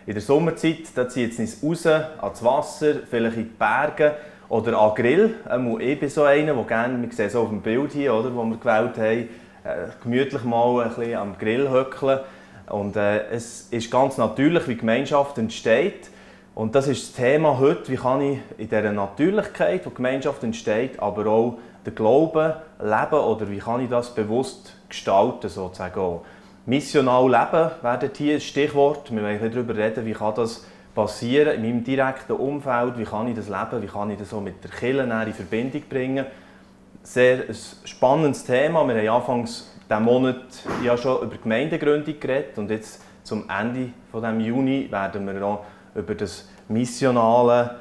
In der Sommerzeit da zieht es uns raus, ans Wasser, vielleicht in die Berge oder an den Grill. Ich bin so einer, der gerne, wir sehen es auch auf dem Bild hier, oder, das wir gewählt haben, gemütlich mal ein bisschen am Grill hückeln. Und es ist ganz natürlich, wie Gemeinschaft entsteht. Und das ist das Thema heute, wie kann ich in dieser Natürlichkeit, die Gemeinschaft entsteht, aber auch den Glauben leben oder wie kann ich das bewusst gestalten sozusagen auch. Missional leben wäre hier ein Stichwort. Wir wollen darüber reden, wie kann das passieren in meinem direkten Umfeld, wie kann ich das leben, wie kann ich das auch mit der Kirche in Verbindung bringen. Sehr ein spannendes Thema. Wir haben anfangs diesen Monat ja schon über Gemeindegründung geredet und jetzt zum Ende dieses Juni werden wir auch über das missionale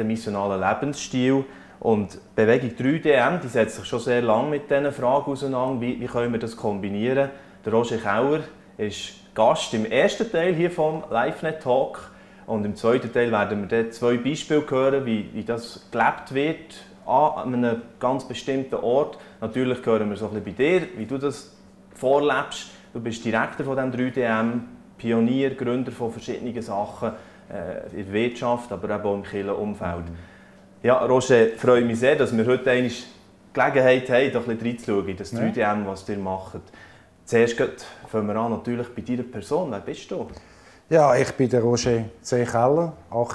Lebensstil. Und Bewegung 3DM, die setzt sich schon sehr lange mit diesen Fragen auseinander, wie können wir das kombinieren. Der Roger Kauer ist Gast im ersten Teil hier vom LiveNet Talk und im zweiten Teil werden wir dann 2 Beispiele hören, wie das gelebt wird an einem ganz bestimmten Ort. Natürlich hören wir so ein bisschen bei dir, wie du das vorlebst. Du bist Direktor von diesem 3DM, Pionier, Gründer von verschiedenen Sachen in der Wirtschaft, aber eben auch im Kirchenumfeld. Ja, Roger, ich freue mich sehr, dass wir heute einmal die Gelegenheit haben, doch ein bisschen reinzuschauen in das 3DM, was ihr macht. Zuerst fangen wir an, natürlich bei deiner Person. Wer bist du? Ja, ich bin der Roger C. Keller,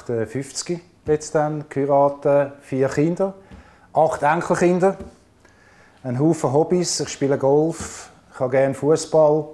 58 jetzt dann, geheiratet, 4 Kinder, 8 Enkelkinder, ein Haufen Hobbys, ich spiele Golf, ich habe gerne Fußball.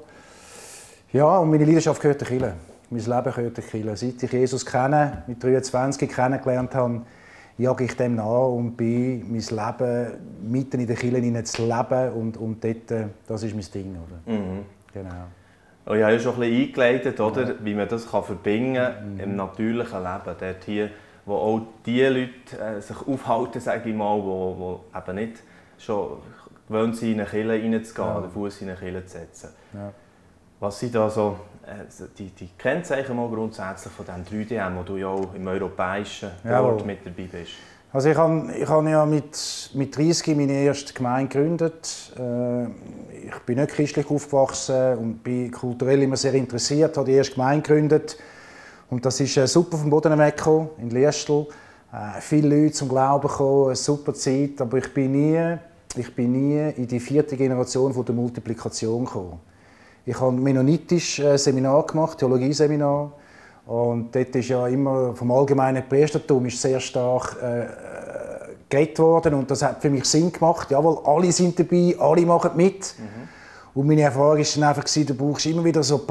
Ja, und meine Leidenschaft gehört der Kirche. Mein Leben gehört der Kirche. Seit ich Jesus kenne, mit 23 kennengelernt habe, jage ich dem nach und bin mein Leben mitten in der Kirche zu leben und dort, das ist mein Ding. Oder? Mhm. Genau. Und ich habe ja schon ein bisschen eingeleitet, oder, wie man das verbinden kann im natürlichen Leben. Dort hier, wo auch die Leute sich aufhalten, sage ich mal, die eben nicht schon gewöhnt sind, in eine Kirche reinzugehen, den Fuß in eine Kirche zu setzen. Ja. Was sind da so die Kennzeichen mal grundsätzlich von diesem 3DM, wo du ja auch im europäischen Ort mit dabei bist? Also ich habe ja mit 30 meine erste Gemeinde gegründet. Ich bin nicht christlich aufgewachsen und bin kulturell immer sehr interessiert, habe die erste Gemeinde gegründet. Und das ist super vom Boden weggekommen, in Liestel. Viele Leute zum Glauben gekommen, eine super Zeit, aber ich bin nie in die 4. Generation von der Multiplikation gekommen. Ich habe ein mennonitisches Seminar gemacht, Theologieseminar. Und dort ist ja immer vom allgemeinen Priestertum ist sehr stark geredet worden. Und das hat für mich Sinn gemacht. Jawohl, alle sind dabei, alle machen mit. Und meine Erfahrung war dann einfach, du brauchst immer wieder so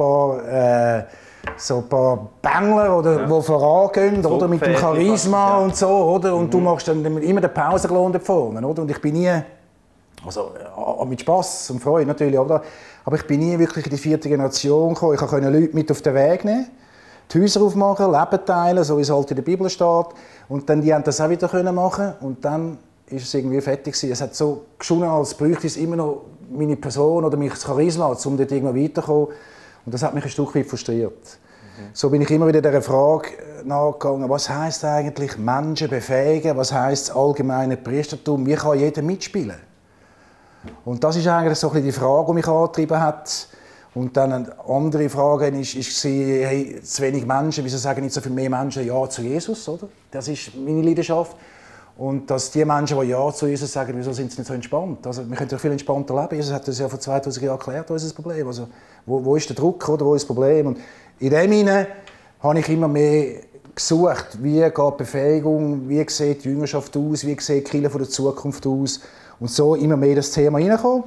ein paar Bängler, oder, die vorangehen, oder, mit dem Charisma und so. Oder? Und du machst dann immer den Pausenlohn da vorne. Oder? Und ich bin nie, also mit Spass und Freude natürlich, oder? Aber ich bin nie wirklich in die 4. Generation gekommen. Ich konnte Leute mit auf den Weg nehmen, die Häuser aufmachen, Leben teilen, so wie es halt in der Bibel steht. Und dann die haben das auch wieder machen. Und dann ist es irgendwie fertig gewesen. Es hat so geschonen, als bräuchte es immer noch meine Person oder mein Charisma, um dort irgendwie weiterzukommen. Und das hat mich ein Stück weit frustriert. So bin ich immer wieder dieser Frage nachgegangen, was heisst eigentlich Menschen befähigen, was heisst das allgemeine Priestertum, wie kann jeder mitspielen? Und das ist eigentlich so ein bisschen die Frage, die mich angetrieben hat. Und dann eine andere Frage war, hey, zu wenig Menschen, wieso sagen nicht so viele mehr Menschen Ja zu Jesus? Oder? Das ist meine Leidenschaft. Und dass die Menschen, die Ja zu Jesus sagen, wieso sind sie nicht so entspannt? Also, wir können ja viel entspannter leben. Jesus hat das ja vor 2000 Jahren erklärt, unser Problem. Also, wo ist der Druck, oder? Wo ist das Problem? Und in dem Sinne habe ich immer mehr gesucht, wie geht die Befähigung, wie sieht die Jüngerschaft aus, wie sieht die Kirche von der Zukunft aus. Und so immer mehr in das Thema hineingekommen.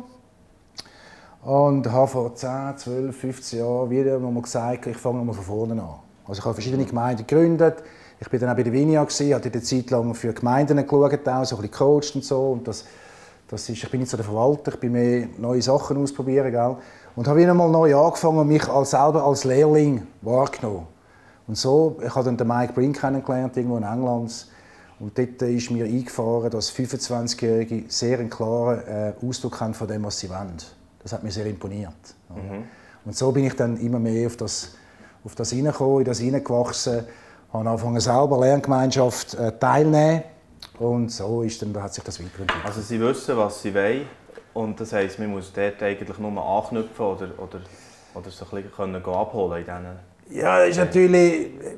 Und habe vor 10, 12, 15 Jahren wieder mal gesagt, ich fange mal von vorne an. Also ich habe verschiedene Gemeinden gegründet. Ich war dann auch bei der Vinia, habe eine Zeit lang für Gemeinden geschaut, auch so ein bisschen gecoacht und so. Und ich bin nicht so der Verwalter, ich bin mehr neue Sachen ausprobieren. Gell? Und habe wieder mal neu angefangen und mich selber als Lehrling wahrgenommen. Und so, ich habe dann den Mike Brink kennengelernt, irgendwo in England. Und dort ist mir eingefahren, dass 25-Jährige sehr einen klaren Ausdruck haben von dem, was sie wollen. Das hat mir sehr imponiert. Und so bin ich dann immer mehr auf das hineingekommen, in das hineingewachsen, habe angefangen selber Lerngemeinschaft teilnehmen und so hat sich das weiterentwickelt. Also sie wissen, was sie wollen und das heisst, man muss dort eigentlich nur anknüpfen oder so ein bisschen abholen in diesen. Ja, das ist natürlich,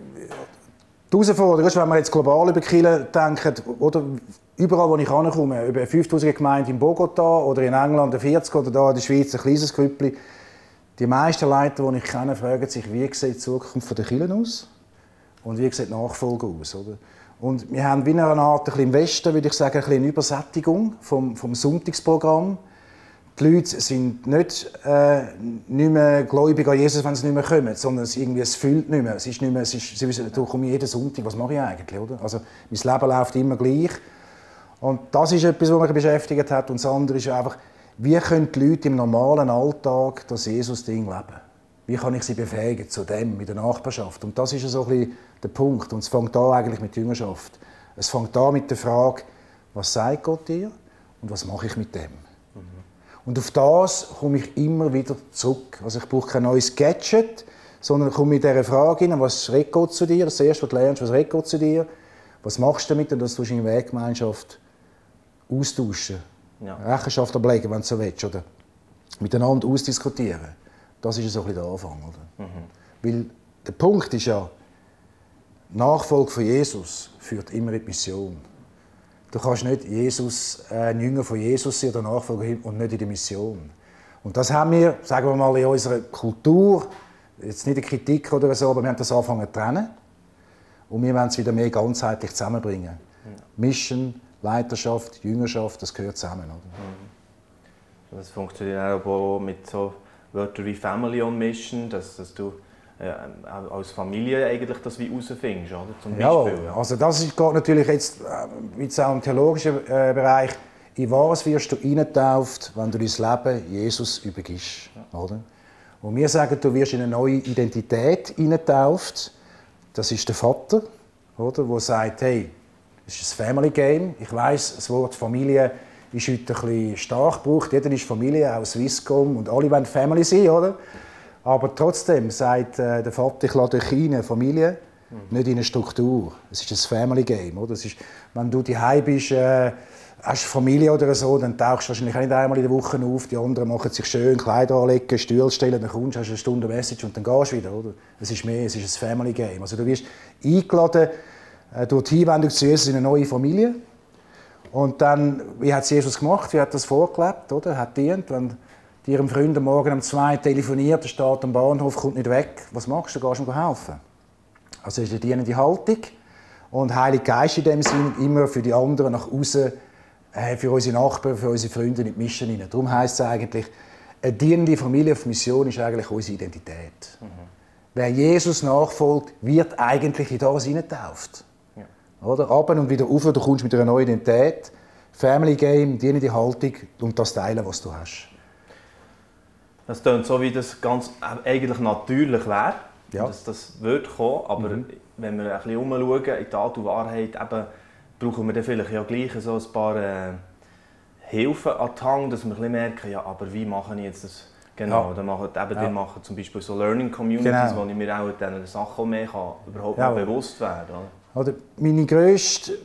Die Herausforderung ist, wenn wir jetzt global über Kirche denken, oder überall, wo ich hinkomme, über 5000 Gemeinden in Bogotá oder in England 40 oder da in der Schweiz ein kleines Grüppli, die meisten Leiter, die ich kenne, fragen sich, wie sieht die Zukunft der Kirche aus und wie sieht die Nachfolge aus. Oder? Und wir haben wie eine Art, ein bisschen im Westen, würde ich sagen, ein bisschen eine Übersättigung vom Sonntagsprogramm. Die Leute sind nicht mehr gläubig an Jesus, wenn sie nicht mehr kommen, sondern es füllt nicht mehr. Sie wissen, da komme ich jeden Sonntag, was mache ich eigentlich? Oder? Also, mein Leben läuft immer gleich. Und das ist etwas, was mich beschäftigt hat. Und das andere ist einfach, wie können die Leute im normalen Alltag das Jesus-Ding leben? Wie kann ich sie befähigen zu dem, mit der Nachbarschaft? Und das ist so ein bisschen der Punkt. Und es fängt an eigentlich mit Jüngerschaft. Es fängt an mit der Frage, was sagt Gott dir und was mache ich mit dem? Und auf das komme ich immer wieder zurück. Also ich brauche kein neues Gadget, sondern ich komme mit dieser Frage hin, was redet Gott zu dir? Das Erste, was du lernst, was redet Gott zu dir? Was machst du damit? Und das tust du in der Weggemeinschaft austauschen. Ja. Rechenschaft ablegen, wenn du so willst. Oder miteinander ausdiskutieren. Das ist so ein bisschen der Anfang. Oder? Weil der Punkt ist ja, Nachfolge von Jesus führt immer in die Mission. Du kannst nicht ein Jünger von Jesus sein oder Nachfolger und nicht in die Mission. Und das haben wir, sagen wir mal, in unserer Kultur, jetzt nicht eine Kritik oder so, aber wir haben das angefangen zu trennen. Und wir wollen es wieder mehr ganzheitlich zusammenbringen. Ja. Mission, Leiterschaft, Jüngerschaft, das gehört zusammen. Oder? Das funktioniert auch mit so Wörtern wie Family on Mission, dass du als Familie eigentlich das wie herausfindest, oder? Zum Beispiel. Ja, also das geht natürlich jetzt auch im theologischen Bereich. In was wirst du eingetauft, wenn du dein Leben Jesus übergibst? Ja. Oder? Und wir sagen, du wirst in eine neue Identität eingetauft. Das ist der Vater, oder? Der sagt, hey, das ist ein Family Game. Ich weiss, das Wort Familie ist heute ein bisschen stark gebraucht. Jeder ist Familie, auch Swisscom, und alle wollen Family sein, oder? Aber trotzdem sagt der Vater, ich lade euch in eine Familie, nicht in eine Struktur. Es ist ein Family Game. Oder? Es ist, wenn du daheim bist, hast Familie oder so, dann tauchst du wahrscheinlich auch nicht einmal in der Woche auf. Die anderen machen sich schön, Kleider anlegen, Stühle stellen, dann kommst du, hast eine Stunde Message und dann gehst du wieder. Oder? Es ist mehr, es ist ein Family Game. Also du wirst eingeladen durch die Hinwendung zu Jesus in eine neue Familie. Und dann, wie hat es Jesus gemacht? Wie hat das vorgelebt? Oder? Er hat dient, wenn ihrem Freund am Morgen um 2 telefoniert, der steht am Bahnhof, kommt nicht weg. Was machst du? Du gehst ihm helfen. Also ist eine dienende Haltung. Und Heiliger Geist in dem Sinn immer für die anderen nach außen, für unsere Nachbarn, für unsere Freunde in die Mission hinein. Darum heisst es eigentlich, eine dienende Familie auf Mission ist eigentlich unsere Identität. Wer Jesus nachfolgt, wird eigentlich in das hineingetauft. Ja. Oder? Ab und wieder rauf, du kommst mit einer neuen Identität, Family Game, dienende Haltung und das teilen, was du hast. Das klingt so, wie das ganz eigentlich natürlich wäre, ja. dass das wird kommen, aber wenn wir ein bisschen umschauen, in Tat und Wahrheit, eben, brauchen wir dann vielleicht ja gleich so ein paar Hilfen an die Hand, dass wir ein bisschen merken, ja, aber wie mache ich jetzt das genau? Ja. Die machen zum Beispiel so Learning Communities, wo ich mir auch diesen Sachen mehr überhaupt bewusst werden kann. Oder mein grösstes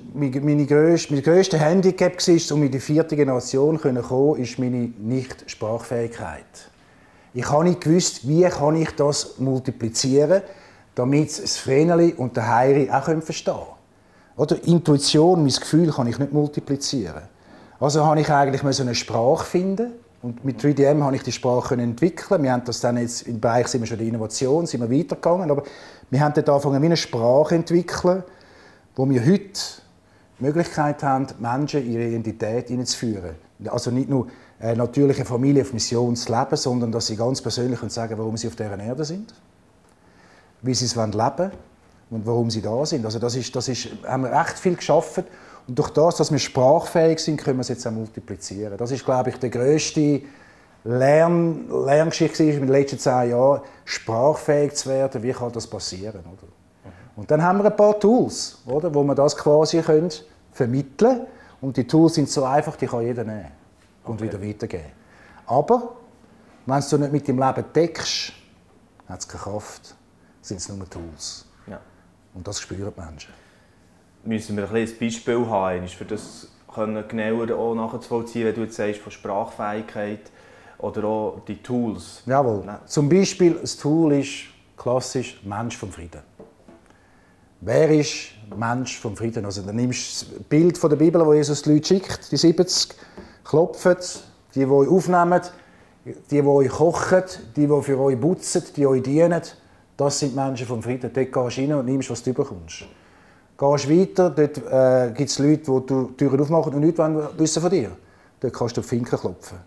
Handicap war, um in die 4. Generation zu kommen, ist meine Nicht-Sprachfähigkeit. Ich habe nicht gewusst, wie kann ich das multiplizieren, damit das Vreneli und der Heiri auch verstehen können. Oder Intuition, mein Gefühl kann ich nicht multiplizieren. Also habe ich eigentlich eine Sprache finden. Und mit 3DM habe ich die Sprache entwickeln. Wir haben das dann jetzt im Bereich sind wir schon der Innovation, sind wir weitergegangen. Aber wir haben dort angefangen, eine Sprache zu entwickeln, wo wir heute die Möglichkeit haben, Menschen ihre Identität hineinzuführen. Also nicht nur eine natürliche Familie auf Mission zu leben, sondern dass sie ganz persönlich sagen können, warum sie auf dieser Erde sind, wie sie es leben wollen und warum sie da sind. Also das haben wir echt viel geschaffen. Und durch das, dass wir sprachfähig sind, können wir es jetzt auch multiplizieren. Das ist, glaube ich, die grösste Lerngeschichte in den letzten 10 Jahren, sprachfähig zu werden. Wie kann das passieren? Oder? Und dann haben wir ein paar Tools, oder, wo wir das quasi vermitteln können. Und die Tools sind so einfach, die kann jeder nehmen und wieder weitergeben. Aber wenn du nicht mit dem Leben deckst, hat es keine Kraft, sind es nur Tools. Ja. Und das spüren die Menschen. Müssen wir ein Beispiel haben, für das genauer auch nachzuvollziehen, wenn du jetzt sagst, von Sprachfähigkeit oder auch die Tools? Jawohl. Zum Beispiel, das Tool ist klassisch Mensch vom Frieden. Wer ist Mensch vom Frieden? Also, dann nimmst du das Bild von der Bibel, wo Jesus die Leute schickt, die 70, klopfen, die euch aufnehmen, die euch kochen, die für euch putzen, die euch dienen. Das sind Menschen vom Frieden. Dort gehst du rein und nimmst, was du bekommst. Gehst du weiter, dort gibt es Leute, die die Türen aufmachen und nichts wissen von dir. Dort kannst du auf die Finger klopfen.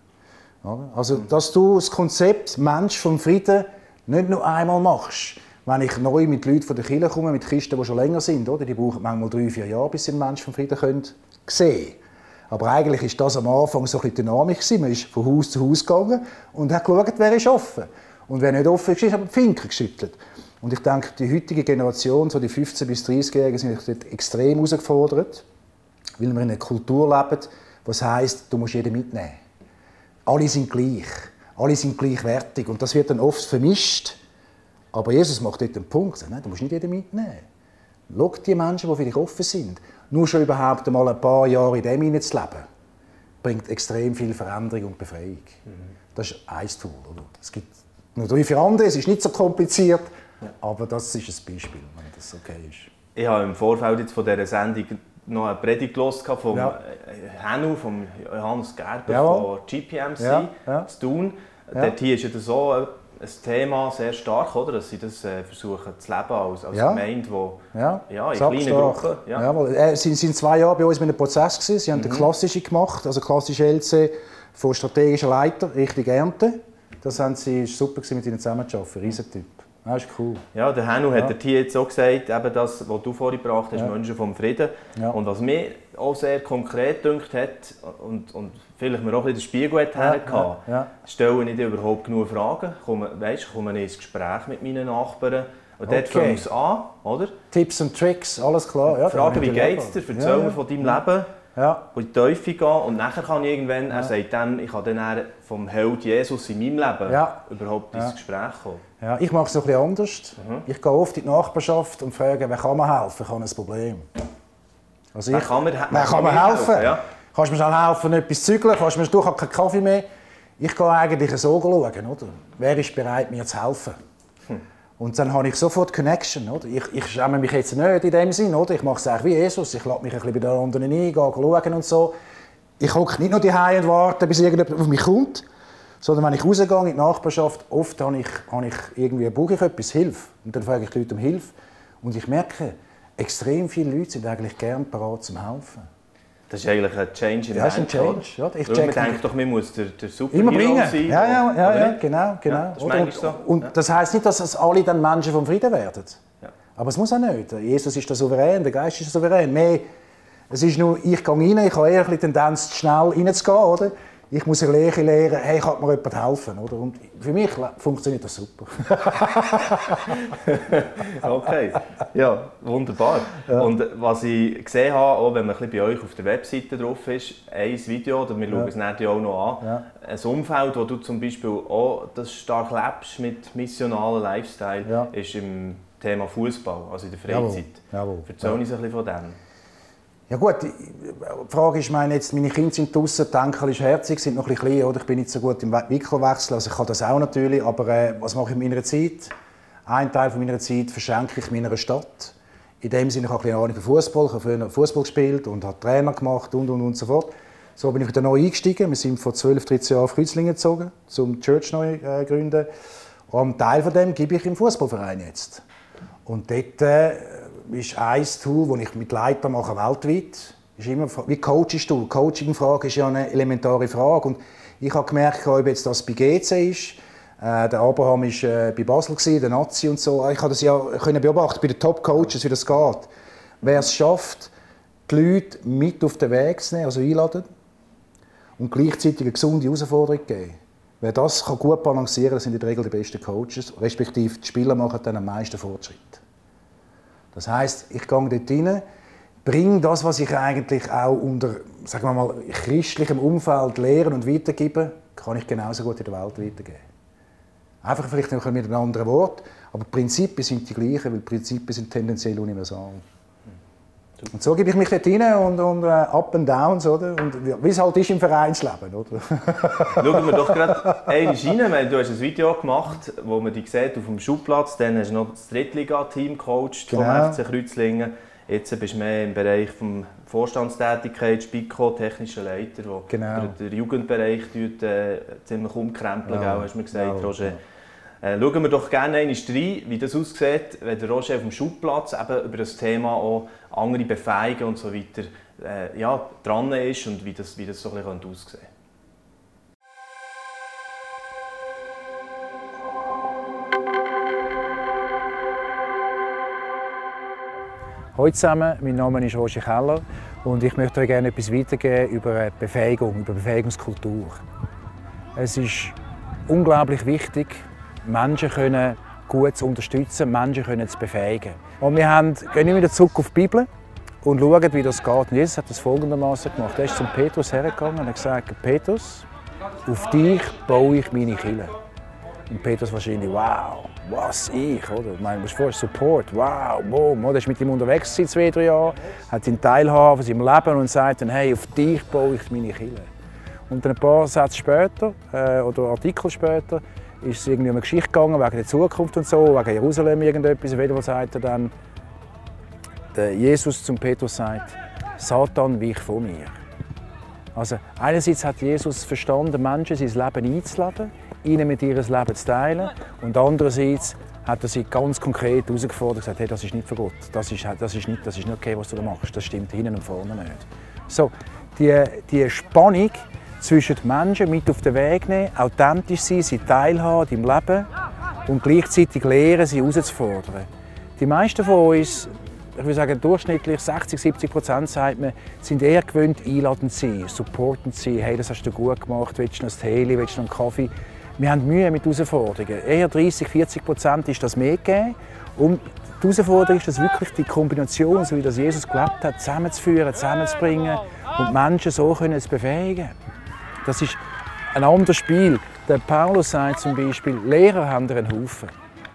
Also, dass du das Konzept Mensch vom Frieden nicht nur einmal machst. Wenn ich neu mit Leuten von der Kirche komme, mit Christen, die schon länger sind, oder? Die brauchen manchmal 3-4 Jahre, bis sie einen Mensch vom Frieden sehen können. Aber eigentlich war das am Anfang so ein bisschen Dynamik. Man ist von Haus zu Haus gegangen und hat geschaut, wer ist offen. Und wer nicht offen ist, hat man die Finger geschüttelt. Und ich denke, die heutige Generation, so die 15- bis 30-Jährigen, sind dort extrem herausgefordert, weil wir in einer Kultur leben, was heisst, du musst jeden mitnehmen. Alle sind gleich, alle sind gleichwertig und das wird dann oft vermischt. Aber Jesus macht dort den Punkt, sagt, nein, du musst nicht jeden mitnehmen. Schau die Menschen, die für dich offen sind. Nur schon überhaupt einmal ein paar Jahre in dem hineinzuleben, bringt extrem viel Veränderung und Befreiung. Das ist ein Tool. Oder? Es gibt noch 3-4 andere, es ist nicht so kompliziert, aber das ist ein Beispiel, wenn das okay ist. Ich habe im Vorfeld jetzt von dieser Sendung noch eine Predigt gehört vom Hennu, vom Johannes Gerber von GPMC zu Thun. Dort hier ist ja so ein Thema sehr stark, oder? Dass sie das versuchen zu leben als Gemeinde, wo in kleinen Gruppen. Sie waren 2 Jahre bei uns mit einem Prozess gewesen. Sie haben den klassischen gemacht, also klassische LC von strategischen Leiter Richtung Ernte. Das war super mit ihnen zusammenzuarbeiten, Riesentyp. Das ist cool. Ja, der Hennu hat hier jetzt auch gesagt, eben das, was du vorhin gebracht hast, Menschen vom Frieden. Ja. Und was mir auch sehr konkret gedacht hat und vielleicht mir auch ein bisschen den Spiegel hat stelle ich dir überhaupt genug Fragen? Komme ich ins Gespräch mit meinen Nachbarn? Und dort fängt es an, oder? Tipps und Tricks, alles klar. Ja, Frage, wie geht es dir? Erzähl mir von deinem Leben. In die Teufel gehen und nachher kann ich irgendwann, er sagt dann, ich kann dann vom Held Jesus in meinem Leben überhaupt ins Gespräch kommen. Ja, ich mache es noch etwas anders. Ich gehe oft in die Nachbarschaft und frage, wer kann mir helfen? Ich habe ein Problem. Also wer kann mir helfen? Ja. Kannst du mir schnell helfen, etwas zu zügeln? Kannst du mir durch keinen Kaffee mehr? Ich gehe eigentlich so schauen, oder? Wer ist bereit, mir zu helfen? Und dann habe ich sofort Connection. Oder? Ich schäme mich jetzt nicht in dem Sinn. Oder? Ich mache es eigentlich wie Jesus. Ich lasse mich ein bisschen bei den anderen ein, gehe schauen und so. Ich hocke nicht nur daheim und warte, bis irgendjemand auf mich kommt. Sondern wenn ich rausgehe in die Nachbarschaft, oft brauche ich etwas, Hilfe. Und dann frage ich die Leute um Hilfe. Und ich merke, extrem viele Leute sind eigentlich gerne bereit zum helfen. Das ist eigentlich ein Change in der Welt. Ja, das ist ein Change. Ja, man denkt doch, man muss der Superhero sein. Ja, genau. Und das heisst nicht, dass alle dann Menschen vom Frieden werden. Ja. Aber es muss auch nicht. Jesus ist der Souverän, der Geist ist der Souverän. Es ist nur, ich gehe rein, ich habe eher eine Tendenz, schnell reinzugehen. Oder? Ich muss lernen, hey, kann mir jemand helfen? Oder? Und für mich funktioniert das super. Okay, ja, wunderbar. Ja. Und was ich gesehen habe, auch wenn man ein bisschen bei euch auf der Webseite drauf ist, ein Video, oder wir schauen es nachher auch noch an, ein Umfeld, wo du zum Beispiel auch das stark lebst mit missionalen Lifestyle, ist im Thema Fußball, also in der Freizeit. Jawohl. Erzähl uns ein bisschen von dem. Ja gut, die Frage ist, meine Kinder sind draußen, die Enkel ist herzig, sind noch ein bisschen klein, oder? Ich bin nicht so gut im Wickelwechsel, also ich kann das auch natürlich, aber was mache ich mit meiner Zeit? Einen Teil von meiner Zeit verschenke ich meiner Stadt. In dem Sinne, ich habe eine Ahnung von Fußball, ich habe früher Fußball gespielt und habe Trainer gemacht und so fort. So bin ich wieder neu eingestiegen, wir sind vor 12-13 Jahren auf Kreuzlingen gezogen, um die Church neu zu gründen. Und einen Teil von dem gebe ich im Fußballverein jetzt. Und dort ist ein Tool, das ich mit Leitern mache weltweit. Ist immer wie Coaching-Tool. Coaching-Frage ist ja eine elementare Frage. Und ich habe gemerkt, ob jetzt das bei GC ist. Der Abraham war bei Basel, der Nazi und so. Ich habe das ja beobachten bei den Top-Coaches, wie das geht. Wer es schafft, die Leute mit auf den Weg zu nehmen, also einladen, und gleichzeitig eine gesunde Herausforderung geben. Wer das gut balancieren kann, das sind in der Regel die besten Coaches. Respektive die Spieler machen dann am meisten Fortschritt. Das heisst, ich gehe dort rein, bringe das, was ich eigentlich auch unter, sagen wir mal, christlichem Umfeld lehren und weitergebe, kann ich genauso gut in der Welt weitergeben. Einfach vielleicht mit einem anderen Wort, aber die Prinzipien sind die gleichen, weil die Prinzipien sind tendenziell universal. Und so gebe ich mich dort rein und Up and Downs, oder? Und wie es halt ist im Vereinsleben, oder? Schauen wir doch gerade einmal rein. Du hast ein Video gemacht, wo man dich sieht auf dem Schulplatz. Dann hast du noch das Drittliga-Team gecoacht vom FC Kreuzlingen. Jetzt bist du mehr im Bereich der Vorstandstätigkeit, Spiko, technischer Leiter, wo den Jugendbereich ziemlich umkrempeln, hast du mir gesagt, Roger. Schauen wir doch gerne einmal rein, wie das aussieht, wenn der Roger auf dem Schulplatz eben über das Thema auch andere befähigen und so weiter dran ist und wie das so ein bisschen aussehen könnte. Hallo zusammen, mein Name ist Roger Keller und ich möchte euch gerne etwas weitergeben über Befähigung, über Befähigungskultur. Es ist unglaublich wichtig, Menschen können gut zu unterstützen, Menschen können zu befähigen. Und wir gehen wieder zurück auf die Bibel und schauen, wie das geht. Und Jesus hat das folgendermaßen gemacht. Er ist zum Petrus hergegangen und hat gesagt: Petrus, auf dich baue ich meine Kirche. Und Petrus wahrscheinlich: wow, was ich, oder? Ich meine, du musst vorstellen, Support, wow, boom. Er ist mit ihm unterwegs seit 2-3 Jahren, hat seinen Teilhabe an seinem Leben und sagt dann: hey, auf dich baue ich meine Kirche. Und ein paar Sätze später, oder Artikel später, ist es irgendwie um eine Geschichte gegangen, wegen der Zukunft und so, wegen Jerusalem irgendetwas. Auf jeden Fall sagt er dann, Jesus zum Petrus sagt: Satan, wich von mir. Also einerseits hat Jesus verstanden, Menschen sein Leben einzuladen, ihnen mit ihrem Leben zu teilen, und andererseits hat er sie ganz konkret herausgefordert und gesagt: hey, das ist nicht von Gott, das ist nicht okay, was du da machst, das stimmt hinten und vorne nicht. So, die Spannung zwischen den Menschen mit auf den Weg nehmen, authentisch sein, sie teilhaben im Leben und gleichzeitig lernen, sie herauszufordern. Die meisten von uns, ich würde sagen durchschnittlich 60-70%, sagt man, sind eher gewöhnt, einladend zu sein, supportend zu sein. Hey, das hast du gut gemacht, willst du noch ein Tee, willst du noch einen Kaffee? Wir haben Mühe mit Herausforderungen. Eher 30-40% ist das mehr gegeben. Und die Herausforderung ist, dass wirklich die Kombination, so wie das Jesus gelebt hat, zusammenzuführen, zusammenzubringen und Menschen so können zu befähigen. Das ist ein anderes Spiel. Der Paulus sagt zum Beispiel: Lehrer haben einen Haufen,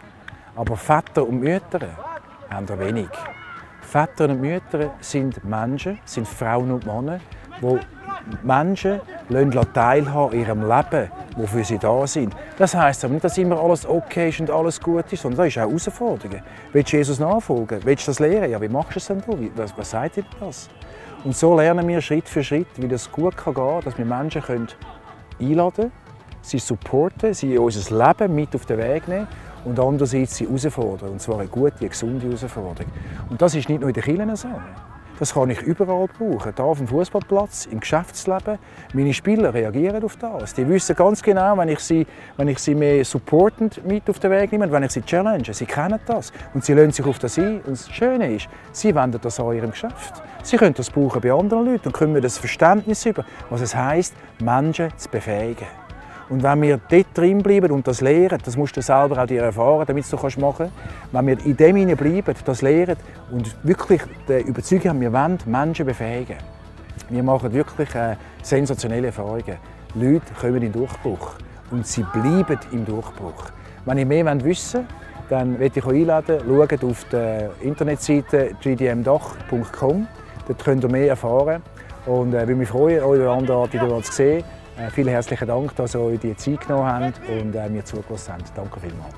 aber Väter und Mütter haben wenig. Väter und Mütter sind Menschen, sind Frauen und Männer, die Menschen teilhaben in ihrem Leben, die für sie da sind. Das heisst aber nicht, dass immer alles okay ist und alles gut ist, sondern da ist auch Herausforderungen. Willst du Jesus nachfolgen? Willst du das lernen? Ja, wie machst du es denn du? Was sagt dir das? Und so lernen wir Schritt für Schritt, wie das gut gehen kann, dass wir Menschen einladen können, sie supporten, sie in unser Leben mit auf den Weg nehmen und andererseits sie herausfordern. Und zwar eine gute, eine gesunde Herausforderung. Und das ist nicht nur in den Kirchen so. Das kann ich überall brauchen. Hier auf dem Fußballplatz, im Geschäftsleben. Meine Spieler reagieren auf das. Die wissen ganz genau, wenn ich sie mehr supportend mit auf den Weg nehme, wenn ich sie challenge. Sie kennen das. Und sie lassen sich auf das ein. Und das Schöne ist, sie wenden das an ihrem Geschäft. Sie können das brauchen bei anderen Leuten und kommen das Verständnis über, was es heisst, Menschen zu befähigen. Und wenn wir dort drin bleiben und das lernen, das musst du selber auch dir erfahren, damit du es machen kannst, wenn wir in dem hineinbleiben, das lernen und wirklich die Überzeugung haben, wir wollen Menschen befähigen. Wir machen wirklich sensationelle Erfahrungen. Leute kommen in den Durchbruch und sie bleiben im Durchbruch. Wenn ihr mehr wissen wollt, dann möchte ich euch einladen, schaut auf der Internetseite gdmdach.com. Dort könnt ihr mehr erfahren. Und ich würde mich freuen, euch an der Art wieder zu sehen. Vielen herzlichen Dank, dass ihr euch die Zeit genommen habt und mir zugelassen habt. Danke vielmals.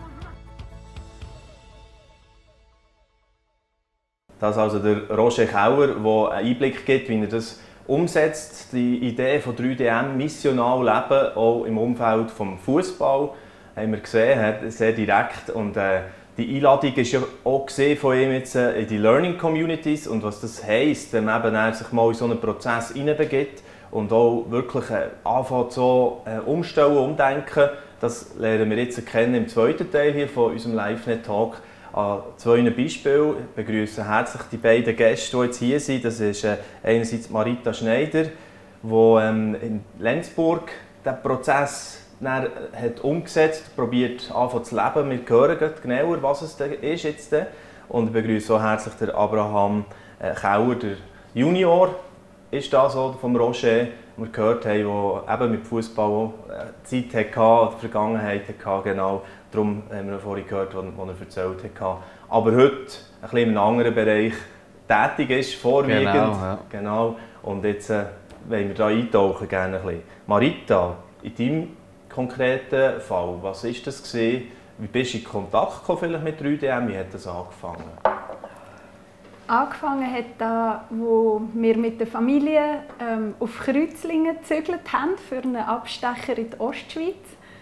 Das ist also der Roger Keller, der einen Einblick gibt, wie er das umsetzt, die Idee von 3DM, missional leben, auch im Umfeld des Fußball, haben wir gesehen, sehr direkt. Und die Einladung ist ja auch von ihm jetzt in die Learning Communities und was das heisst, wenn man eben sich mal in so einen Prozess hineinbegibt und auch wirklich anfängt so umstellen, umdenken. Das lernen wir jetzt kennen im zweiten Teil hier von unserem LiveNet-Talk. An 2 Beispielen. Ich begrüße herzlich die beiden Gäste, die jetzt hier sind. Das ist einerseits Marita Schneider, die in Lenzburg diesen Prozess hat umgesetzt, probiert anfangen zu leben. Wir hören genauer, was es ist jetzt. Und ich begrüße auch herzlich den Abraham Keller, der Junior, ist das so vom Roger, den wir gehört haben, der eben mit Fußball Zeit hatte, die Vergangenheit hatte, genau. Darum haben wir vorhin gehört, was er erzählt hat. Aber heute, ein bisschen in einem anderen Bereich, tätig ist, vorwiegend. Genau, ja. Genau. Und jetzt wollen wir da eintauchen, gerne ein bisschen. Marita, in deinem konkreten Fall, was war das gewesen? Wie bist du in Kontakt gekommen vielleicht mit 3DM? Wie hat das angefangen? Angefangen hat da, wo wir mit der Familie auf Kreuzlingen gezügelt haben für einen Abstecher in die Ostschweiz.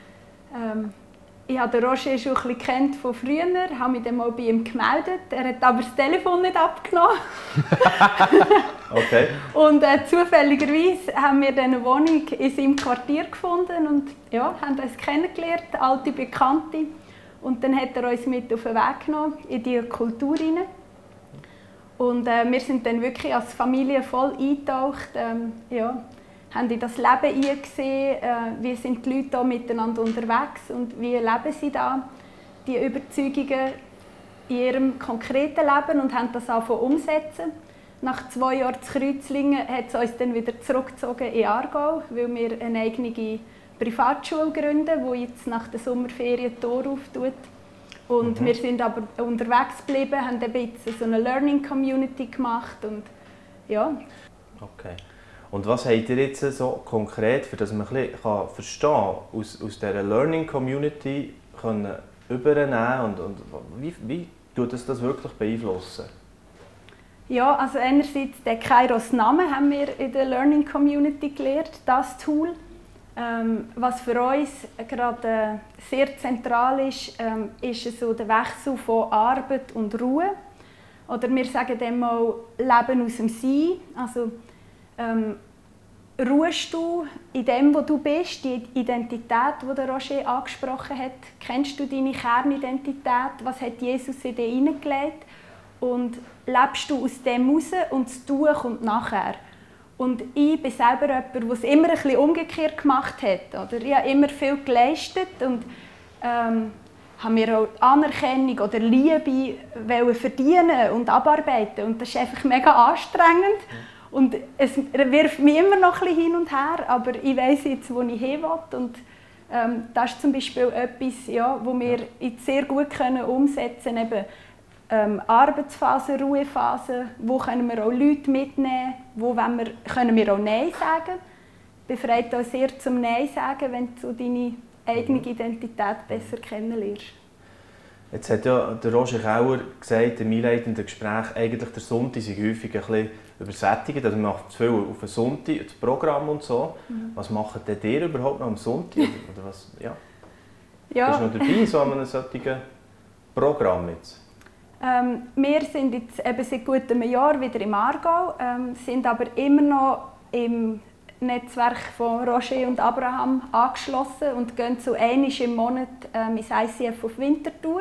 Ich habe den Roger schon ein bisschen von früher, habe mich dann mal bei ihm gemeldet. Er hat aber das Telefon nicht abgenommen. Okay. Und zufälligerweise haben wir dann eine Wohnung in seinem Quartier gefunden und ja, haben uns kennengelernt, alte Bekannte. Und dann hat er uns mit auf den Weg genommen in diese Kultur hinein. Und wir sind dann wirklich als Familie voll eingetaucht, ja, haben in das Leben eingesehen, wie sind die Leute da miteinander unterwegs und wie leben sie da die Überzeugungen in ihrem konkreten Leben und haben das angefangen umsetzen. Nach 2 Jahren zu Kreuzlingen hat es uns dann wieder zurückgezogen in Aargau, weil wir eine eigene Privatschule gründen, die jetzt nach der Sommerferien die Tore auftut. Und wir sind aber unterwegs geblieben, haben ein bisschen so eine Learning Community gemacht und ja. Okay. Und was habt ihr jetzt so konkret, für das man ein bisschen verstehen kann, aus dieser Learning Community können übernehmen und wie tut das wirklich beeinflussen? Ja, also einerseits den Kairos Namen haben wir in der Learning Community gelernt, das Tool. Was für uns gerade sehr zentral ist so der Wechsel von Arbeit und Ruhe. Oder wir sagen dem mal Leben aus dem Sein. Also, ruhest du in dem, wo du bist, die Identität, die der Roger angesprochen hat? Kennst du deine Kernidentität? Was hat Jesus in dir hineingelegt? Und lebst du aus dem heraus und das Tun kommt nachher? Und ich bin selber jemand, der es immer ein bisschen umgekehrt gemacht hat. Oder? Ich habe immer viel geleistet und habe mir auch Anerkennung oder Liebe verdienen und abarbeiten. Und das ist einfach mega anstrengend. Und es wirft mich immer noch ein bisschen hin und her, aber ich weiss jetzt, wo ich hin will. Und das ist zum Beispiel etwas, ja, das wir jetzt sehr gut umsetzen können. Arbeitsphase, Ruhephase, wo können wir auch Leute mitnehmen, wo können wir auch Nein sagen. Befreit auch sehr zum Nein sagen, wenn du deine eigene Identität besser kennenlernst. Jetzt hat ja der Roger Kauer gesagt im einleitenden Gespräch, eigentlich der Sonntag sei häufig ein bisschen übersättigt. Also man macht zu viel auf den Sonntag, das Programm und so. Was macht denn ihr überhaupt noch am Sonntag? Oder was? Ja. Bist du noch dabei so an einem solchen Programm jetzt? Wir sind jetzt eben seit gut einem Jahr wieder im Aargau, sind aber immer noch im Netzwerk von Roger und Abraham angeschlossen und gehen so einmal im Monat ins ICF auf Winterthur.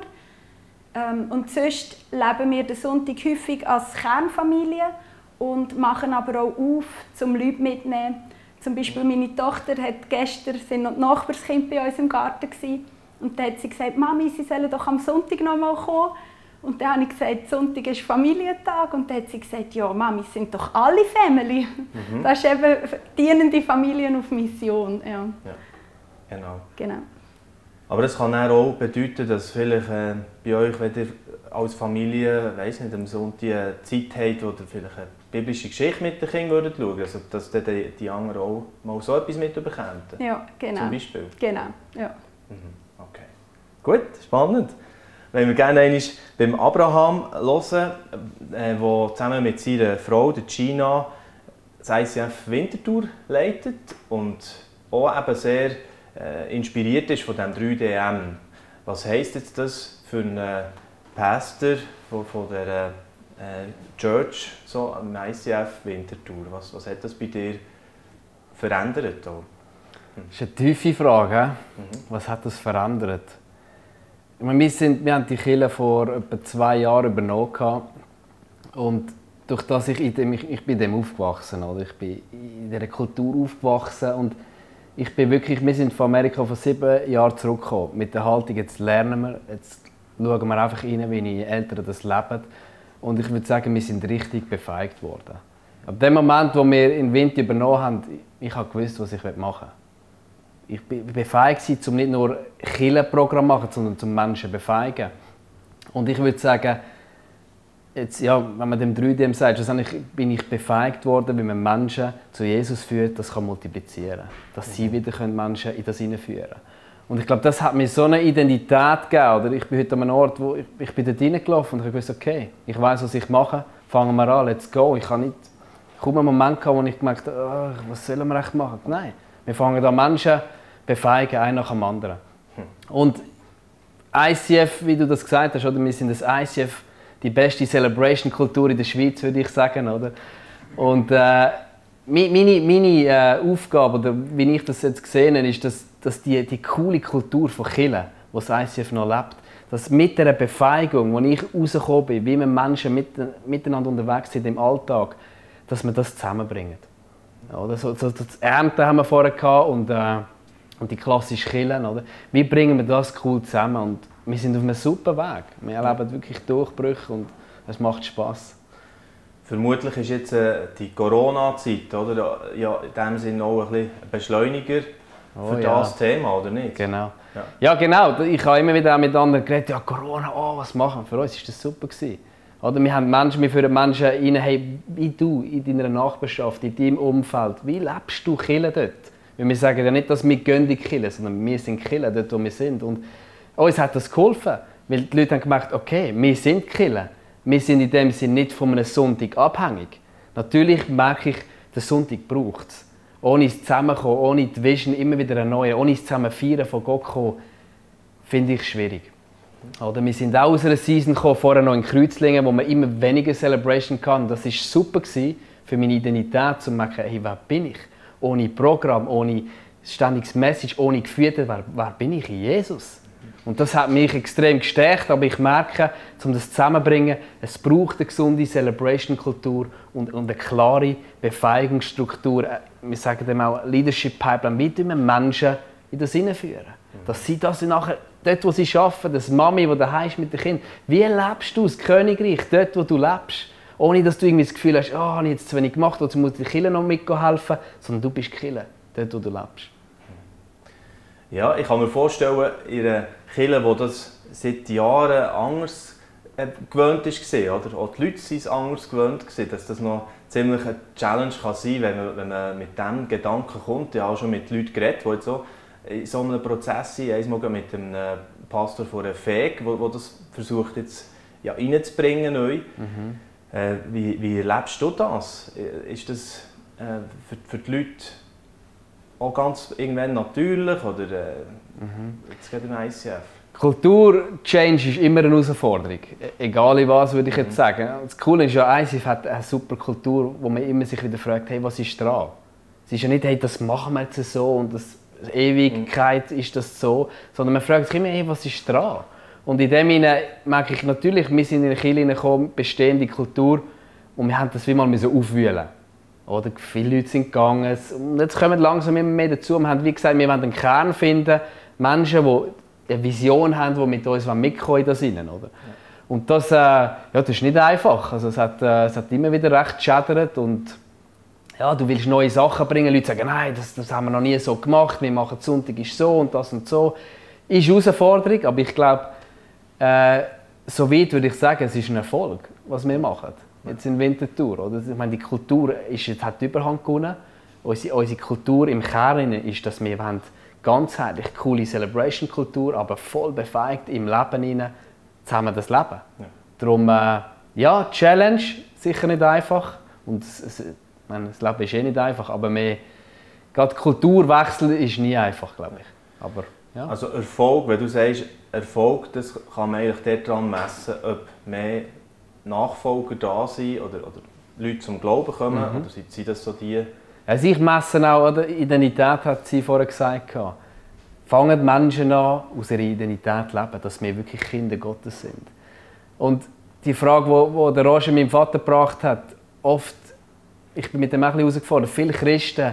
Und sonst leben wir den Sonntag häufig als Kernfamilie und machen aber auch auf, um Leute mitzunehmen. Zum Beispiel meine Tochter hat gestern sind noch die Nachbarskinder bei uns im Garten gewesen, und da hat sie gesagt, Mami, sie sollen doch am Sonntag noch mal kommen. Und dann habe ich gesagt, Sonntag ist Familientag. Und dann hat sie gesagt, ja Mami, es sind doch alle Family. Das ist eben dienende Familien auf Mission. Ja. Ja, genau. Aber das kann auch bedeuten, dass vielleicht bei euch, wenn ihr als Familie, weiss nicht, am Sonntag Zeit habt, wo ihr vielleicht eine biblische Geschichte mit den Kindern schauen würdet, also dass die anderen auch mal so etwas mitbekommen. Ja, genau. Zum Beispiel? Genau, ja. Okay. Gut, spannend. Wenn wir gerne einmal beim Abraham hören, der zusammen mit seiner Frau, der Gina, das ICF Winterthur leitet und auch eben sehr inspiriert ist von dem 3DM. Was heisst jetzt das für einen Pastor von der Church so am ICF Winterthur? Was hat das bei dir verändert? Auch? Das ist eine tiefe Frage. Was hat das verändert? Ich meine, wir haben die Kirche vor etwa 2 Jahren übernommen. Und durch das ich bin in dem aufgewachsen. Oder? Ich bin in dieser Kultur aufgewachsen. Und wir sind von Amerika vor 7 Jahren zurückgekommen. Mit der Haltung, jetzt lernen wir, jetzt schauen wir einfach rein, wie die Eltern das leben. Und ich würde sagen, wir sind richtig befähigt worden. Ab dem Moment, wo wir in Winter übernommen haben, ich habe gewusst, was ich machen will. Ich war befähigt, um nicht nur Kirchenprogramm zu machen, sondern zum Menschen befähigen. Und ich würde sagen, jetzt, ja, wenn man dem 3D sagt, schlussendlich bin ich befähigt worden, wie man Menschen zu Jesus führt, das kann multiplizieren. Dass sie wieder Menschen in das hineinführen können. Und ich glaube, das hat mir so eine Identität gegeben. Oder ich bin heute an einem Ort, wo ich bin dort reingelaufen und ich wusste, okay, ich weiß, was ich mache, fangen wir an, let's go. Ich habe nicht kaum einen Moment gehabt, wo ich gemerkt habe, was sollen wir echt machen? Nein, wir fangen an Menschen befähigen, einen nach dem anderen. Und ICF, wie du das gesagt hast, oder? Wir sind das ICF, die beste Celebration-Kultur in der Schweiz, würde ich sagen. Oder? Und meine Aufgabe, oder wie ich das jetzt gesehen habe, ist, dass die coole Kultur von Kirche, die das ICF noch lebt, dass mit dieser Befähigung, wo ich rausgekommen bin, wie wir Menschen miteinander unterwegs sind im Alltag, dass wir das zusammenbringen. Oder? So das Ernten haben wir vorher gehabt und die klassischen Kirchen. Oder? Wie bringen wir das cool zusammen? Und wir sind auf einem super Weg. Wir erleben wirklich Durchbrüche und es macht Spass. Vermutlich ist jetzt die Corona-Zeit, oder? Ja, in dem Sinne auch ein bisschen Beschleuniger für das Thema, oder nicht? Genau. Ja, genau. Ich habe immer wieder auch mit anderen geredet, ja, Corona, was machen wir? Für uns war das super gewesen. Oder wir führen Menschen rein, hey, wie du in deiner Nachbarschaft, in deinem Umfeld, wie lebst du Kirche dort? Weil wir sagen ja nicht, dass wir gehen in die Kirche, sondern wir sind Kirche dort, wo wir sind. Und uns hat das geholfen, weil die Leute haben gemerkt, okay, wir sind Kirche. Wir sind in dem Sinne nicht von einem Sonntag abhängig. Natürlich merke ich, der Sonntag braucht es. Ohne das Zusammenkommen, ohne die Vision immer wieder eine neue, ohne das Zusammenfeiern von Gott kommen, finde ich schwierig. Oder wir sind auch aus einer Season gekommen, vorher noch in Kreuzlingen, wo man immer weniger Celebration kann. Das war super für meine Identität, zu merken, hey, wer bin ich? Ohne Programm, ohne ständiges Message, ohne Gefühle, wer bin ich in Jesus? Und das hat mich extrem gestärkt, aber ich merke, um das zusammenzubringen, es braucht eine gesunde Celebration-Kultur und eine klare Befähigungsstruktur. Wir sagen dem auch Leadership Pipeline, wie wir Menschen in das hineinführen. Dass sie das nachher, dort wo sie arbeiten, das Mami, die daheim ist mit den Kindern, wie lebst du das Königreich, dort wo du lebst? Ohne dass du irgendwie das Gefühl hast, habe ich jetzt zu wenig gemacht, oder muss die Kirche noch mithelfen, sondern du bist Kirche, dort wo du lebst. Ja, ich kann mir vorstellen, in einer Kirche, die das seit Jahren anders gewöhnt war, oder? Auch die Leute sind es anders gewöhnt, dass das noch ziemlich eine Challenge kann sein kann, wenn man mit diesem Gedanken kommt. Ich habe auch schon mit Leuten geredet, die jetzt so in so einem Prozess sind. Einmal mit einem Pastor von einer FEG, der das versucht jetzt reinzubringen neu. Wie erlebst du das? Ist das für die Leute auch irgendwann natürlich, oder jetzt geht im ICF? Kultur-Change ist immer eine Herausforderung. Egal in was, würde ich jetzt sagen. Das Coole ist ja, ICF hat eine super Kultur, wo man immer sich wieder fragt, hey, was ist dran? Es ist ja nicht, hey, das machen wir jetzt so und das Ewigkeit ist das so, sondern man fragt sich immer, hey, was ist dran? Und in dem Sinne merke ich natürlich, wir sind in eine Kirche gekommen, bestehende Kultur, und wir haben das wie mal aufwühlen. Oder viele Leute sind gegangen. Und jetzt kommen langsam immer mehr dazu. Wir haben, wie gesagt, wir wollen einen Kern finden. Menschen, die eine Vision haben, die mit uns mitkommen in das hinein, oder? Ja. Und das, das ist nicht einfach. Also, es hat immer wieder recht geschädert. Und ja, du willst neue Sachen bringen. Leute sagen, nein, das haben wir noch nie so gemacht. Wir machen Sonntag ist so und so. Ist eine Herausforderung, aber ich glaube, so weit würde ich sagen, es ist ein Erfolg, was wir machen. Jetzt in Winterthur. Oder? Ich meine, die Kultur hat die Überhand gewonnen. Unsere Kultur im Kern ist, dass wir ganzheitlich coole Celebration-Kultur, aber voll befähigt im Leben zusammen das Leben. Ja. Darum, Challenge, sicher nicht einfach. Und das Leben ist nicht einfach, aber gerade Kulturwechsel ist nie einfach, glaube ich. Aber, ja. Also Erfolg, wenn du sagst, Erfolg, das kann man eigentlich daran messen, ob mehr Nachfolger da sind oder Leute zum Glauben kommen, oder sind das so die? Also ich messe auch, oder? Identität hat sie vorher gesagt. Fangen die Menschen an, aus ihrer Identität zu leben, dass wir wirklich Kinder Gottes sind. Und die Frage, die der Roger meinem Vater gebracht hat, oft, ich bin mit dem auch ein bisschen herausgefordert, viele Christen,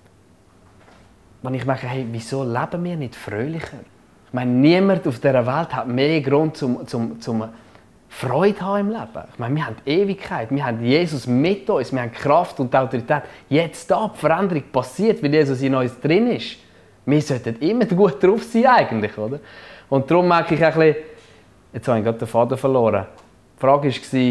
wenn ich merke, hey, wieso leben wir nicht fröhlicher? Ich meine, niemand auf dieser Welt hat mehr Grund zum Freude haben im Leben. Ich meine, wir haben die Ewigkeit, wir haben Jesus mit uns, wir haben Kraft und Autorität. Jetzt da die Veränderung passiert, weil Jesus in uns drin ist. Wir sollten immer gut drauf sein eigentlich, oder? Und darum merke ich ein bisschen, jetzt habe ich gerade den Faden verloren. Die Frage war,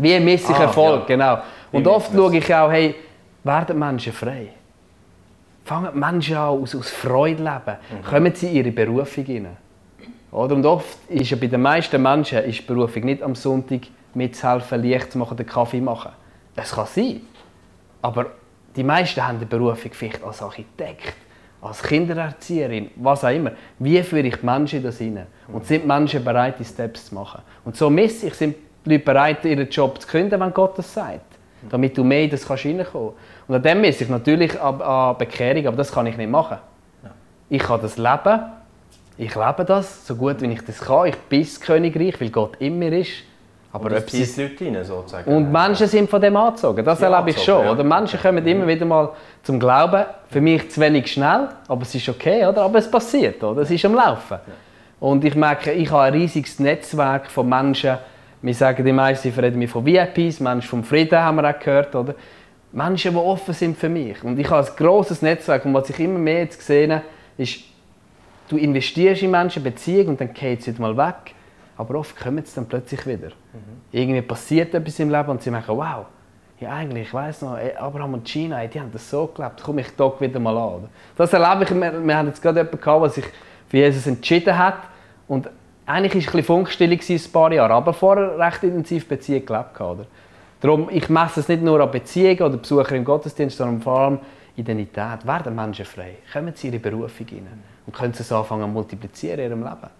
Wie messe ich Erfolg, ja. genau. Und oft schaue ich auch, hey, werden Menschen frei? Fangen die Menschen an, aus Freude leben? Kommen sie in ihre Berufung hinein? Oder? Und oft ist ja bei den meisten Menschen ist die Berufung nicht am Sonntag mitzuhelfen, Licht zu machen, den Kaffee machen. Es kann sein. Aber die meisten haben die Berufung vielleicht als Architekt, als Kindererzieherin, was auch immer. Wie führe ich die Menschen in das hinein? Und sind Menschen bereit, die Steps zu machen? Und so messe ich, sind die Leute bereit, ihren Job zu kündigen, wenn Gott das sagt? Damit du mehr in das reinkommen kannst. Und an dem messe ich natürlich an Bekehrung, aber das kann ich nicht machen. Ich kann das leben, ich lebe das, so gut wie ich das kann. Ich bin das Königreich, weil Gott in mir ist. Aber und das zieht die Leute rein, sozusagen. Und Menschen sind von dem angezogen, das erlebe ich schon. Ja. Oder? Menschen kommen immer wieder mal zum Glauben, für mich zu wenig schnell, aber es ist okay, oder? Aber es passiert, oder? Es ist am Laufen. Ja. Und ich merke, ich habe ein riesiges Netzwerk von Menschen, wir sagen die meisten, wir reden von VIPs, Menschen vom Frieden haben wir auch gehört, oder? Menschen, die offen sind für mich. Und ich habe ein grosses Netzwerk und was ich immer mehr jetzt gesehen ist, du investierst in Menschen, Beziehungen und dann geht es wieder mal weg. Aber oft kommen sie dann plötzlich wieder. Irgendwie passiert etwas im Leben und sie merken, wow, ja eigentlich, ich weiss noch, Abraham und Gina, die haben das so gelebt, komm, ich doch wieder mal an. Das erlebe ich, wir haben jetzt gerade jemanden gehabt, der sich für Jesus entschieden hat und eigentlich war es ein bisschen funkstill ein paar Jahre, aber vorher recht intensiv Beziehung gelebt. Oder? Darum, ich messe es nicht nur an Beziehungen oder Besucher im Gottesdienst, sondern vor allem Identität. Werden Menschen frei? Kommen sie in ihre Berufung hinein und können sie es anfangen zu multiplizieren in ihrem Leben?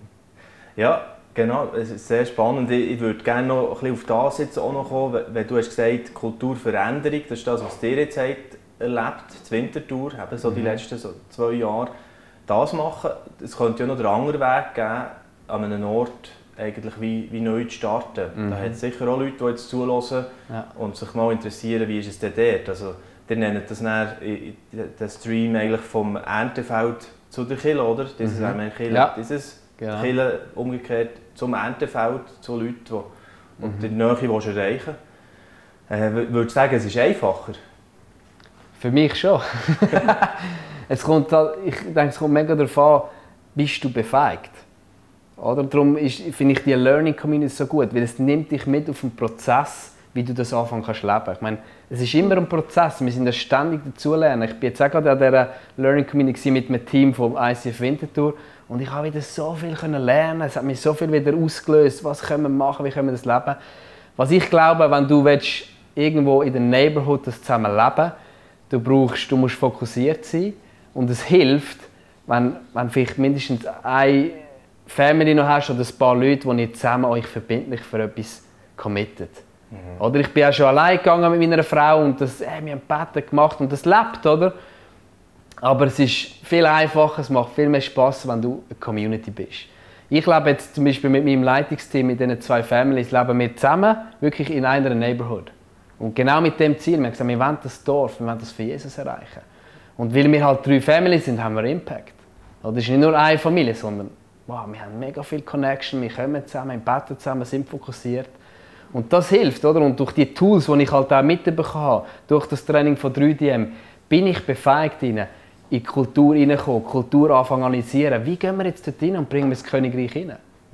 Ja, genau. Es ist sehr spannend. Ich würde gerne noch ein bisschen auf das jetzt auch noch kommen. Wenn du hast gesagt, Kulturveränderung, das ist das, was ihr jetzt habt erlebt, die Winterthur, eben so die letzten 2 Jahre, das machen. Es könnte ja noch den anderen Weg geben, an einem Ort eigentlich wie neu zu starten. Da hat es sicher auch Leute, die jetzt zuhören und sich mal interessieren, wie ist es denn dort. Also, ihr nennt das dann den Stream eigentlich vom Erntefeld zu der Kirche, oder? Dieses dieses Kirche umgekehrt zum Erntefeld, zu Leuten, die die Nähe erreichen willst. Würdest du sagen, es ist einfacher? Für mich schon. Ich denke, es kommt mega darauf an, bist du befähigt? Oder? Darum finde ich die Learning Community so gut, weil es nimmt dich mit auf den Prozess, wie du das anfangen kannst leben. Ich meine, es ist immer ein Prozess, wir sind ja ständig dazulernen. Ich bin jetzt auch gerade an dieser Learning Community mit einem Team vom ICF Winterthur und ich habe wieder so viel lernen. Es hat mich so viel wieder ausgelöst, was können wir machen, wie können wir das leben. Was ich glaube, wenn du willst, irgendwo in der Neighborhood das zusammen leben, du musst fokussiert sein und es hilft, wenn vielleicht mindestens eine Family noch hast oder ein paar Leute, die ihr zusammen euch verbindlich für etwas committet. Oder ich bin auch schon allein gegangen mit meiner Frau und wir haben Betten gemacht und das lebt, oder? Aber es ist viel einfacher, es macht viel mehr Spass, wenn du eine Community bist. Ich lebe jetzt zum Beispiel mit meinem Leitungsteam, mit diesen 2 Families, leben wir zusammen, wirklich in einer Neighborhood. Und genau mit dem Ziel, wir haben gesagt, wir wollen das Dorf, wir wollen das für Jesus erreichen. Und weil wir halt 3 Families sind, haben wir Impact. Es ist nicht nur eine Familie, sondern wow, wir haben mega viel Connection, wir kommen zusammen, wir beten zusammen, sind fokussiert. Und das hilft, oder? Und durch die Tools, die ich halt auch mitbekommen habe, durch das Training von 3DM, bin ich befähigt, in die Kultur hineinzukommen, Kultur anfangen zu analysieren. Wie gehen wir jetzt dort rein und bringen wir das Königreich hinein?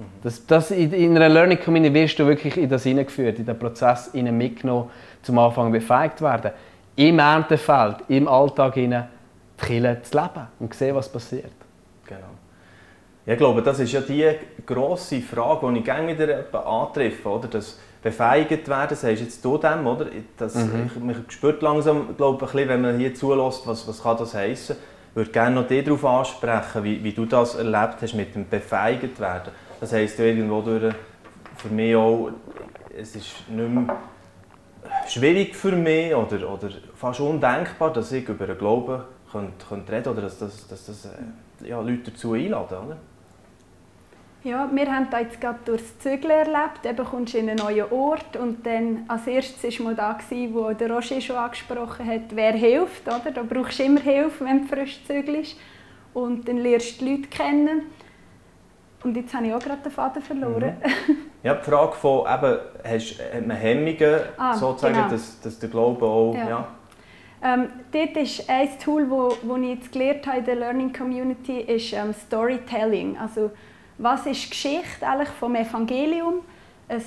In einer Learning Community wirst du wirklich in das hineingeführt, in den Prozess mitgenommen, zum Anfang befähigt werden. Im Erntefeld, im Alltag hinein, die Kirche zu leben und sehen, was passiert. Genau. Ich glaube, das ist ja die grosse Frage, die ich gerne wieder antreffe, oder? Das befähigt werden, sagst jetzt du dem, oder? Man spürt langsam, glaube ich, ein bisschen, wenn man hier zulässt, was kann das heissen. Ich würde gerne noch dich darauf ansprechen, wie du das erlebt hast mit dem befähigt werden. Das heisst ja irgendwo durch, für mich auch, es ist nicht mehr schwierig für mich oder fast undenkbar, dass ich über den Glauben könnte reden oder dass das Leute dazu einladen, oder? Ja, wir haben da jetzt gerade durch das Zügeln erlebt. Eben kommst du in einen neuen Ort und dann als erstes war mal da, wo der Roger schon angesprochen hat, wer hilft, oder? Da brauchst du immer Hilfe, wenn du frisch zügelst. Und dann lernst du die Leute kennen. Und jetzt habe ich auch gerade den Faden verloren. Ja, die Frage von, eben, hat man Hemmungen, sozusagen, genau. dass der Glaube auch... Ja. Dort ist ein Tool, das ich jetzt gelernt habe in der Learning Community, ist Storytelling. Also, was ist die Geschichte eigentlich vom Evangelium? Es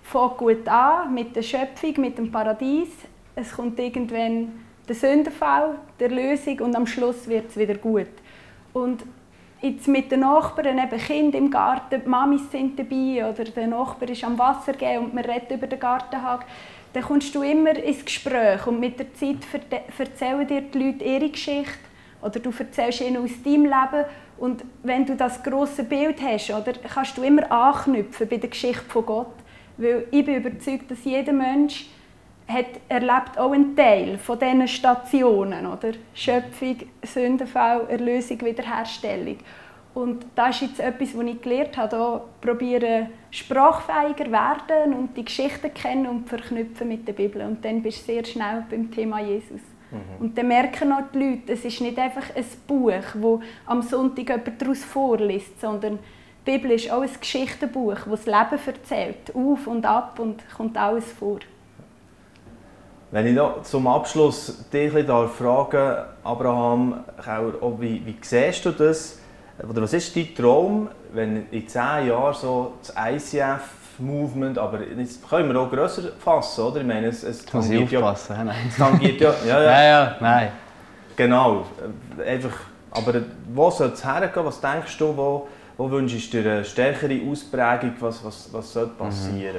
fängt gut an mit der Schöpfung, mit dem Paradies. Es kommt irgendwann der Sündenfall, die Erlösung und am Schluss wird es wieder gut. Und jetzt mit den Nachbarn, eben Kinder im Garten, die Mamis sind dabei oder der Nachbar ist am Wasser gehen und man redet über den Gartenhag, dann kommst du immer ins Gespräch und mit der Zeit erzählen dir die Leute ihre Geschichte oder du erzählst ihnen aus deinem Leben und wenn du das grosse Bild hast, oder, kannst du immer anknüpfen bei der Geschichte von Gott, weil ich bin überzeugt, dass jeder Mensch erlebt auch einen Teil von diesen Stationen, oder? Schöpfung, Sündenfall, Erlösung, Wiederherstellung. Und das ist jetzt etwas, was ich gelernt habe, hier probieren, sprachfähiger werden und die Geschichten kennen und verknüpfen mit der Bibel. Und dann bist du sehr schnell beim Thema Jesus. Und dann merken auch die Leute, es ist nicht einfach ein Buch, das am Sonntag jemand daraus vorliest, sondern die Bibel ist auch ein Geschichtenbuch, das das Leben erzählt, auf und ab und kommt alles vor. Wenn ich noch zum Abschluss dich fragen, Abraham Kauer, wie siehst du das? Oder was ist dein Traum, wenn in 10 Jahren so das ICF-Movement, aber jetzt können wir auch grösser fassen, oder? Ich meine, es tangiert ja... Nein. Es tangiert ja... Nein. Genau. Einfach, aber wo soll es hergehen? Was denkst du, wo wünschst du dir eine stärkere Ausprägung? Was soll passieren?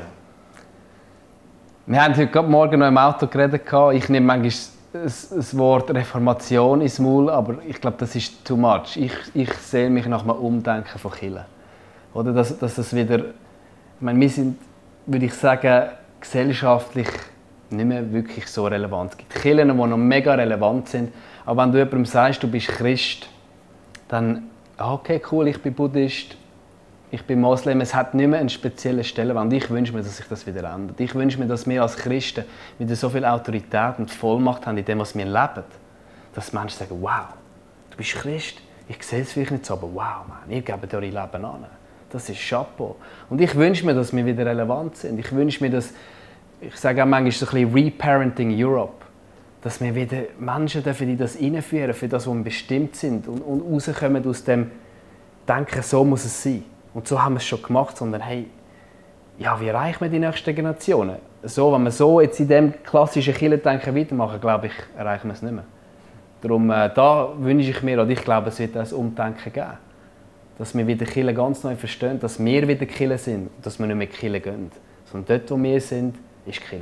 Wir haben heute Morgen noch im Auto geredet. Ich nehme manchmal das Wort Reformation ins Maul, aber ich glaube, das ist too much. Ich sehe mich nach einem Umdenken von Kirche. Oder dass das wieder... Ich meine, wir sind, würde ich sagen, gesellschaftlich nicht mehr wirklich so relevant. Es gibt Kirchen, die noch mega relevant sind, aber wenn du jemandem sagst, du bist Christ, dann, okay, cool, ich bin Buddhist, ich bin Moslem, es hat nicht mehr einen speziellen Stellenwert. Ich wünsche mir, dass sich das wieder ändert. Ich wünsche mir, dass wir als Christen wieder so viel Autorität und Vollmacht haben in dem, was wir leben. Dass Menschen sagen, wow, du bist Christ. Ich sehe es vielleicht nicht so, aber wow, man, ihr gebt eure Leben an. Das ist Chapeau. Und ich wünsche mir, dass wir wieder relevant sind. Ich wünsche mir, dass, ich sage auch manchmal so ein bisschen Reparenting Europe, dass wir wieder Menschen in das hineinführen, für das, wo wir bestimmt sind und rauskommen aus dem Denken, so muss es sein. Und so haben wir es schon gemacht, sondern hey, ja, wie erreichen wir die nächsten Generationen? So, wenn wir so jetzt in diesem klassischen Kirchendenken weitermachen, glaube ich, erreichen wir es nicht mehr. Darum, da wünsche ich mir, und ich glaube, es wird ein Umdenken geben. Dass wir wieder Kirche ganz neu verstehen, dass wir wieder Kirche sind und dass wir nicht mehr Kirche gehen. Sondern dort, wo wir sind, ist Kirche.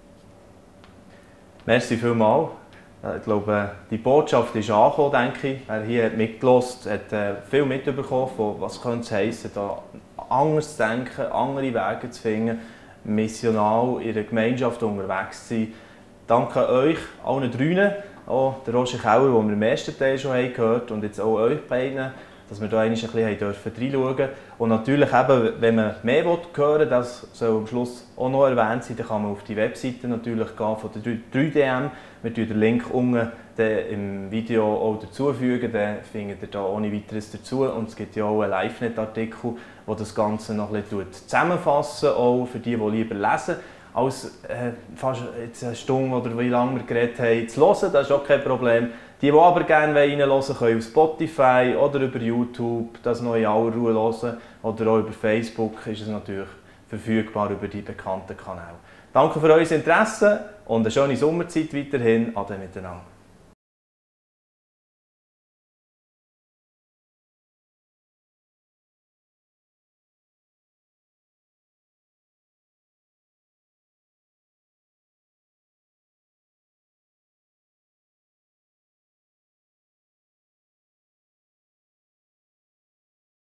Merci vielmals. Ich glaube, die Botschaft ist angekommen, denke ich. Wer hier hat mitgehört, hat viel mitbekommen, von was könnte es heissen, da anders zu denken, andere Wege zu finden, missional in der Gemeinschaft unterwegs zu sein. Danke euch, allen dreien, auch der Roger Kauer, den wir im ersten Teil schon gehört haben, und jetzt auch euch beiden, dass wir da ein bisschen reinschauen dürfen. Und natürlich, eben, wenn man mehr hören will, das soll am Schluss auch noch erwähnt sein, dann kann man auf die Webseite natürlich gehen von der 3DM. Wir fügen den Link unten im Video auch dazufügen, dann findet ihr da ohne weiteres dazu. Und es gibt ja auch einen LiveNet-Artikel, der das Ganze noch ein bisschen zusammenfassen, auch für die lieber lesen, als fast jetzt eine Stunde oder wie lange wir geredet haben, zu hören. Das ist auch kein Problem. Die aber gerne reinhören wollen, können auf Spotify oder über YouTube das noch in aller Ruhe hören. Oder auch über Facebook ist es natürlich verfügbar über die bekannten Kanäle. Danke für euer Interesse und eine schöne Sommerzeit weiterhin. Ade miteinander.